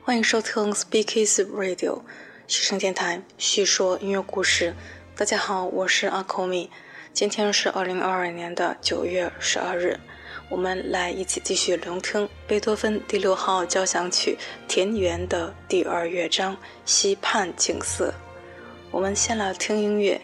欢迎收听 Speakeasy Radio 西声电台，叙说音乐故事。大家好，我是阿口米，今天是2022年的9月12日，我们来一起继续聆听贝多芬第6号交响曲田园的第2乐章溪畔景色。我们先来听音乐。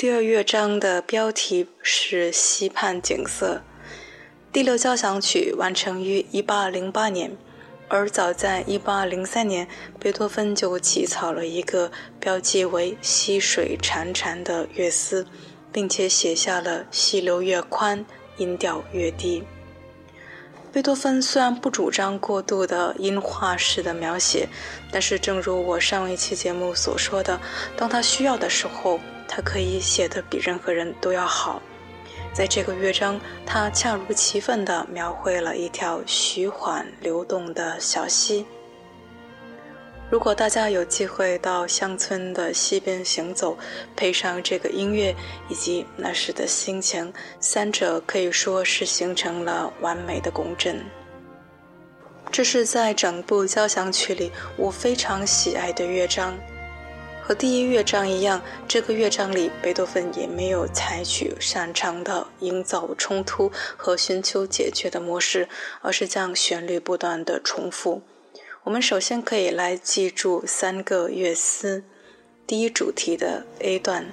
第二乐章的标题是溪畔景色。第六交响曲完成于1808年，而早在1803年，贝多芬就起草了一个标记为溪水潺潺的乐思，并且写下了溪流越宽，音调越低。贝多芬虽然不主张过度的音画式的描写，但是正如我上一期节目所说的，当他需要的时候，他可以写得比任何人都要好。在这个乐章，他恰如其分地描绘了一条徐缓流动的小溪。如果大家有机会到乡村的溪边行走，配上这个音乐以及那时的心情，三者可以说是形成了完美的共振。这是在整部交响曲里我非常喜爱的乐章。和第一乐章一样，这个乐章里贝多芬也没有采取擅长的营造冲突和寻求解决的模式，而是将旋律不断地重复。我们首先可以来记住3个乐思。第一主题的 A 段，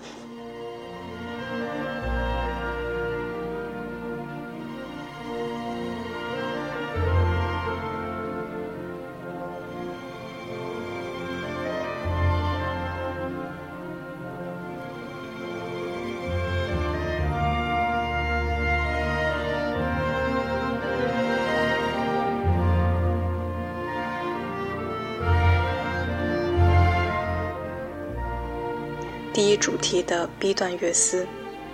第一主题的 B 段乐思。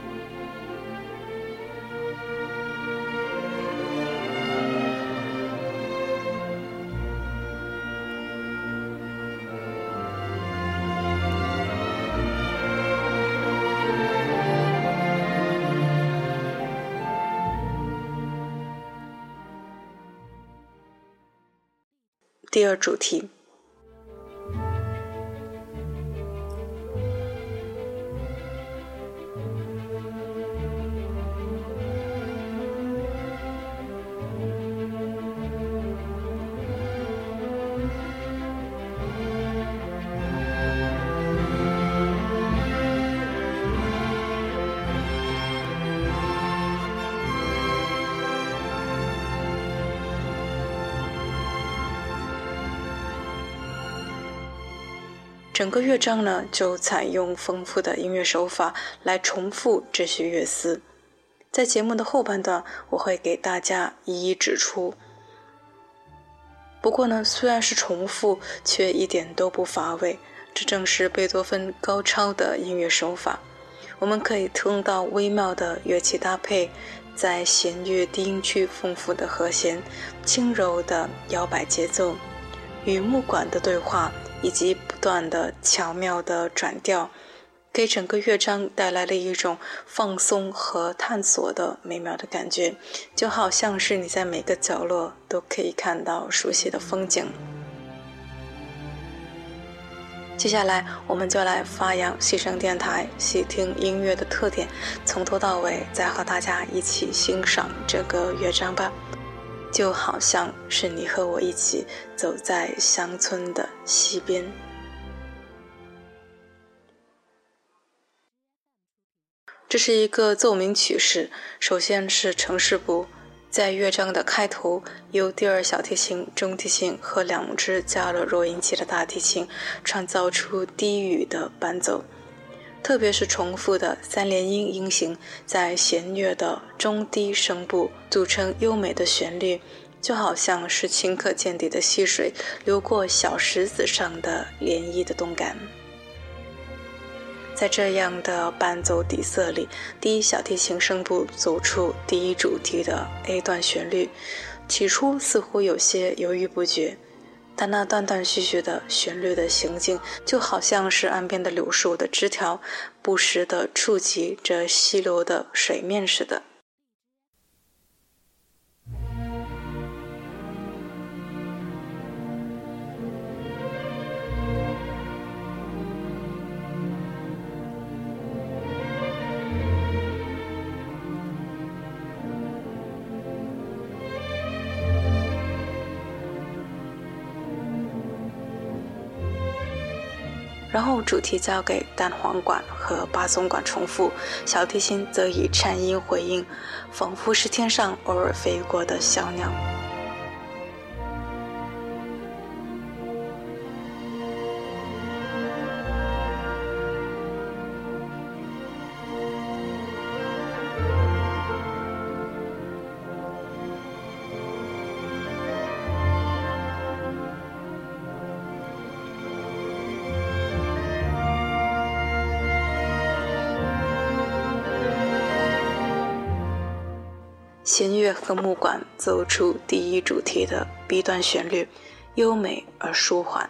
第二主题。整个乐章呢，就采用丰富的音乐手法来重复这些乐思。在节目的后半段，我会给大家一一指出。不过呢，虽然是重复，却一点都不乏味，这正是贝多芬高超的音乐手法。我们可以听到微妙的乐器搭配，在弦乐低音区丰富的和弦，轻柔的摇摆节奏，与木管的对话，以及不断的巧妙的转调，给整个乐章带来了一种放松和探索的美妙的感觉，就好像是你在每个角落都可以看到熟悉的风景。接下来我们就来发扬西声电台细听音乐的特点，从头到尾再和大家一起欣赏这个乐章吧，就好像是你和我一起走在乡村的溪边。这是一个奏鸣曲式，首先是城市部，在乐章的开头，由第二小提琴、中提琴和2支加了弱音器的大提琴创造出低语的伴奏，特别是重复的3连音音型在弦乐的中低声部组成优美的旋律，就好像是顷刻见底的溪水流过小石子上的涟漪的动感。在这样的伴奏底色里，第一小提琴声部走出第一主题的 A 段旋律，起初似乎有些犹豫不决，但那断断续续的旋律的行进，就好像是岸边的柳树的枝条不时地触及着溪流的水面似的。 然后主题交给单簧管和巴松管重复，小提琴则以颤音回应，仿佛是天上偶尔飞过的小鸟。弦乐和木管奏出第一主题的 B 段旋律，优美而舒缓。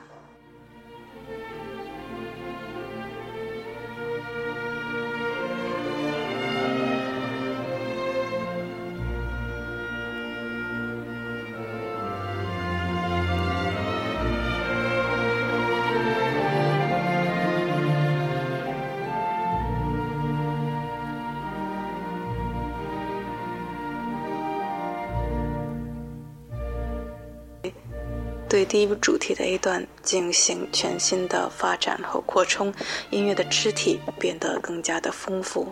对第一主题的 A 段进行全新的发展和扩充，音乐的肢体变得更加的丰富。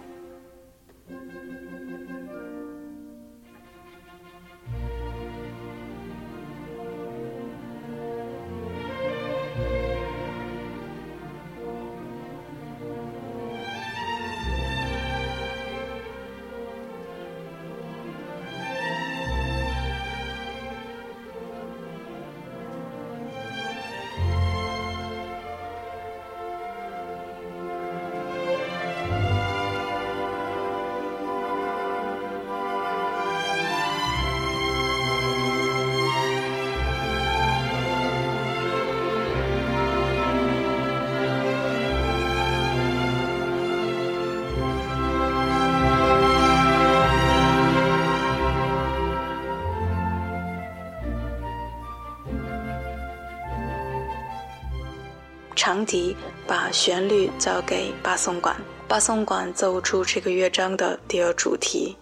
长笛把旋律交给巴松管，巴松管奏出这个乐章的第二主题。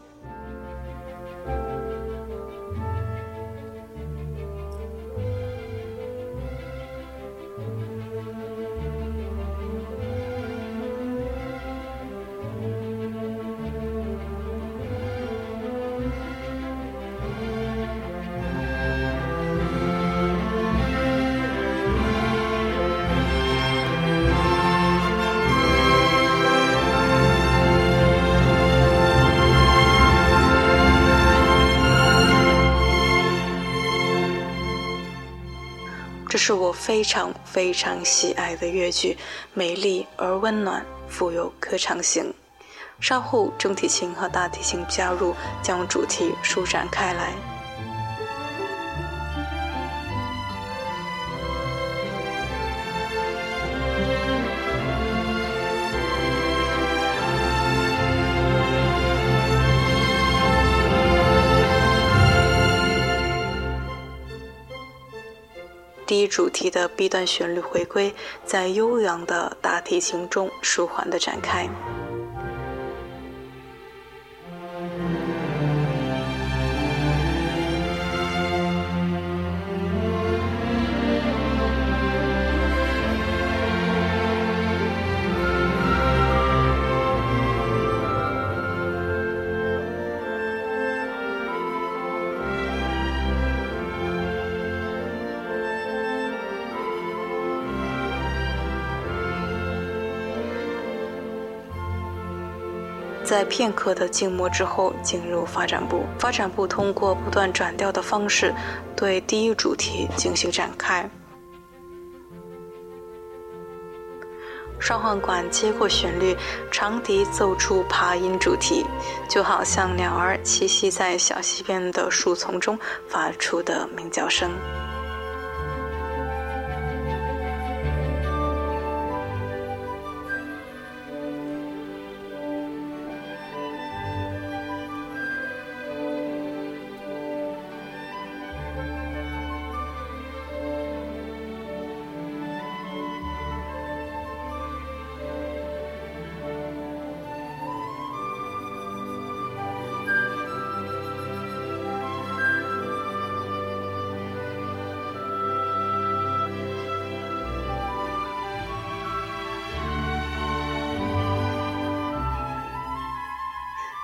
这是我非常非常喜爱的乐句，美丽而温暖，富有歌唱性。稍后中提琴和大提琴加入，将主题舒展开来。第一主题的 B 段旋律回归，在悠扬的大提琴中舒缓地展开。在片刻的静默之后，进入发展部。发展部通过不断转调的方式，对第一主题进行展开。双簧管接过旋律，长笛奏出爬音主题，就好像鸟儿栖息在小溪边的树丛中发出的鸣叫声。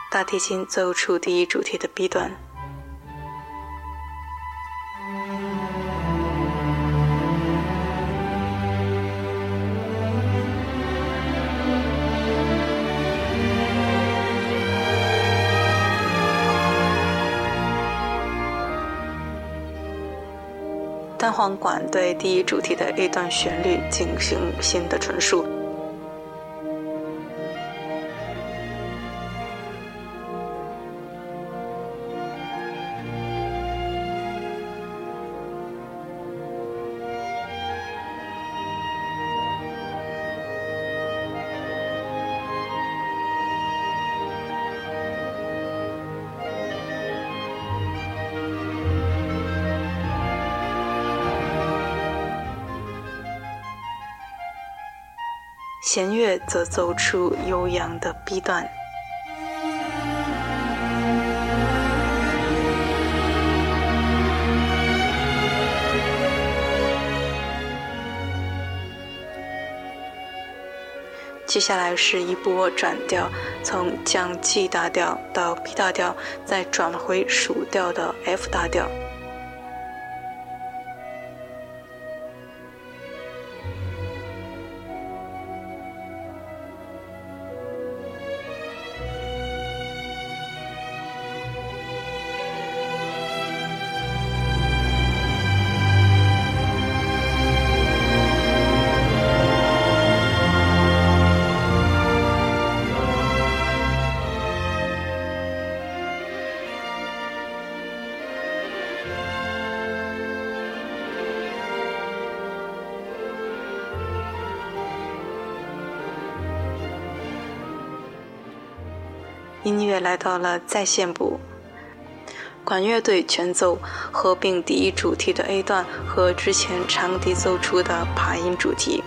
大提琴奏出第一主题的 B 段。单簧管对第一主题的 A 段旋律进行新的陈述。弦乐则奏出悠扬的 B 段。接下来是一波转调，从降 G 大调到 B 大调，再转回属调的 F 大调。音乐来到了再现部，管乐队全奏，合并第一主题的 A 段和之前长笛奏出的爬音主题。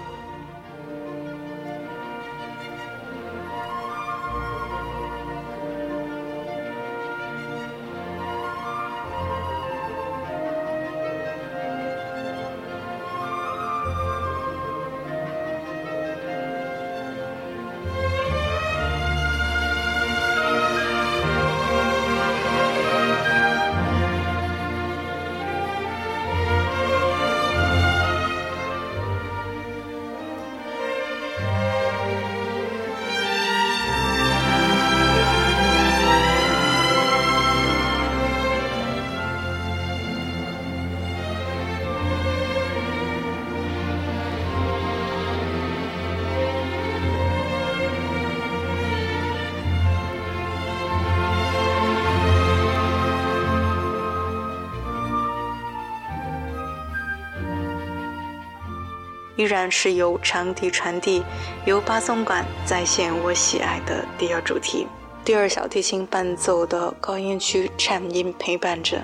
依然是由长笛传递，由巴松管再现我喜爱的第二主题，第二小提琴伴奏的高音区颤音陪伴着。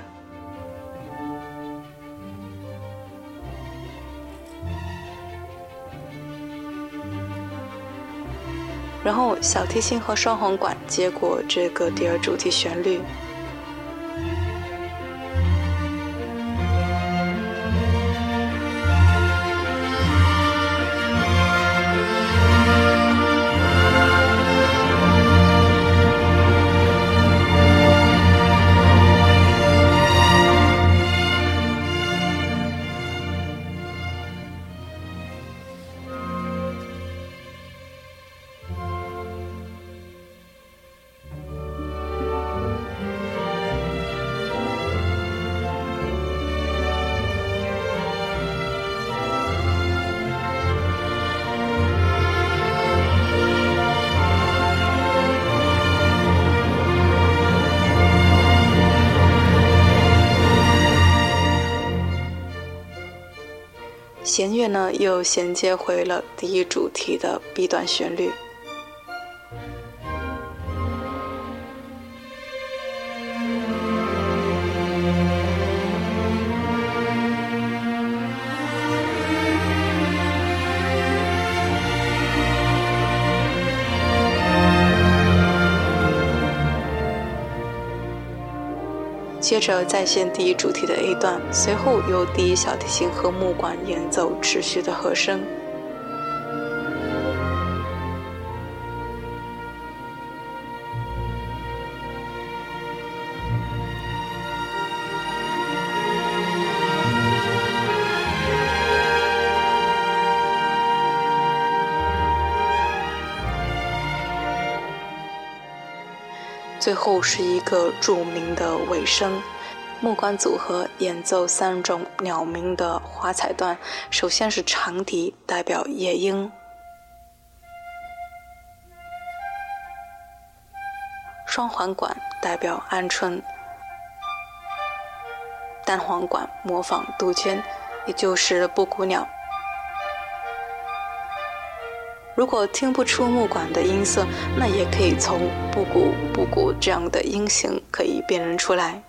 然后小提琴和双簧管接过这个第二主题旋律。弦乐呢又衔接回了第一主题的 B 段旋律。接着再现第一主题的 A 段，随后由第一小提琴和木管演奏持续的和声。 最后是一个著名的尾声。木管组合演奏3种鸟鸣的花彩段，首先是长笛代表夜莺，双簧管代表鹌鹑，单簧管模仿杜鹃，也就是布谷鸟。如果听不出木管的音色，那也可以从布谷布谷这样的音型可以辨认出来。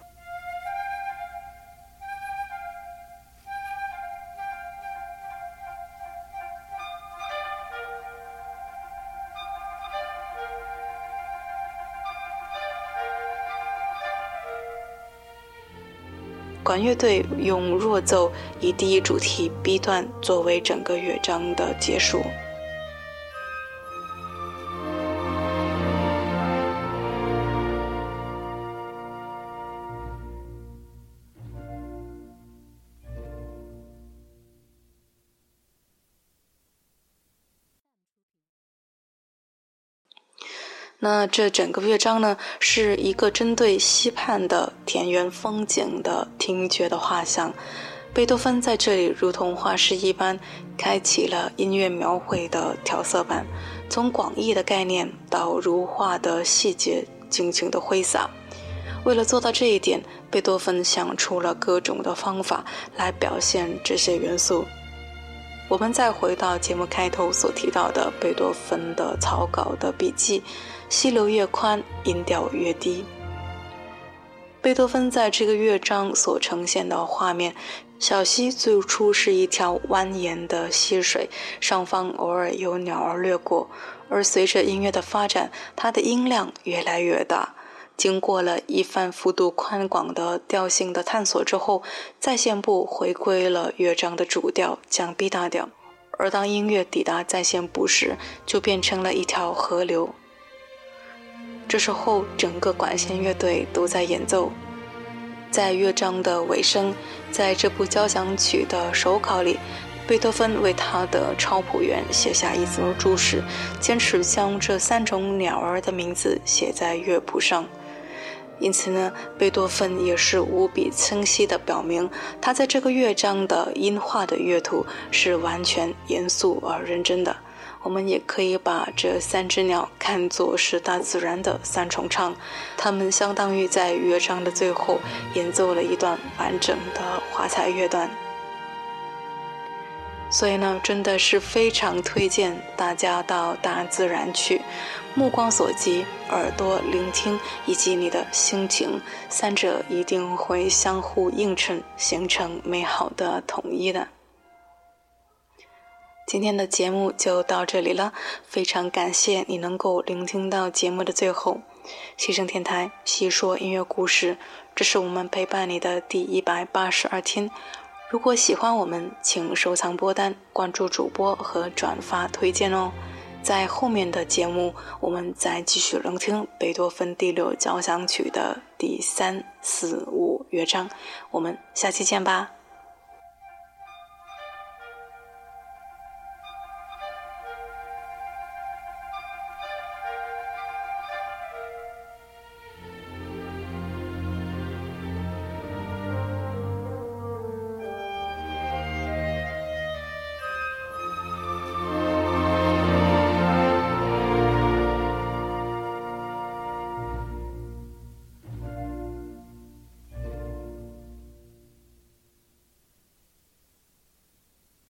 管乐队用弱奏以第一主题 B 段作为整个乐章的结束。那这整个乐章呢，是一个针对西畔的田园风景的听觉的画像。贝多芬在这里如同画师一般，开启了音乐描绘的调色板，从广义的概念到如画的细节尽情的挥洒。为了做到这一点，贝多芬想出了各种的方法来表现这些元素。我们再回到节目开头所提到的贝多芬的草稿的笔记，溪流越宽，音调越低。贝多芬在这个乐章所呈现的画面，小溪最初是一条蜿蜒的溪水，上方偶尔有鸟儿掠过，而随着音乐的发展，它的音量越来越大。经过了一番幅度宽广的调性的探索之后，再现部回归了乐章的主调降 B 大调，而当音乐抵达再现部时，就变成了一条河流。这时候整个管弦乐队都在演奏。在乐章的尾声，在这部交响曲的手稿里，贝多芬为他的抄谱员写下一则注释，坚持将这3种鸟儿的名字写在乐谱上。因此呢，贝多芬也是无比清晰地表明，他在这个乐章的音画的乐图是完全严肃而认真的。我们也可以把这3只鸟看作是大自然的3重唱，它们相当于在乐章的最后演奏了一段完整的华彩乐段。所以呢，真的是非常推荐大家到大自然去，目光所及，耳朵聆听，以及你的心情，3者一定会相互映衬，形成美好的统一的。今天的节目就到这里了，非常感谢你能够聆听到节目的最后。西声电台细说音乐故事，这是我们陪伴你的第182天。如果喜欢我们，请收藏播单，关注主播和转发推荐哦。在后面的节目，我们再继续聆听贝多芬第6交响曲的第3、4、5乐章。我们下期见吧。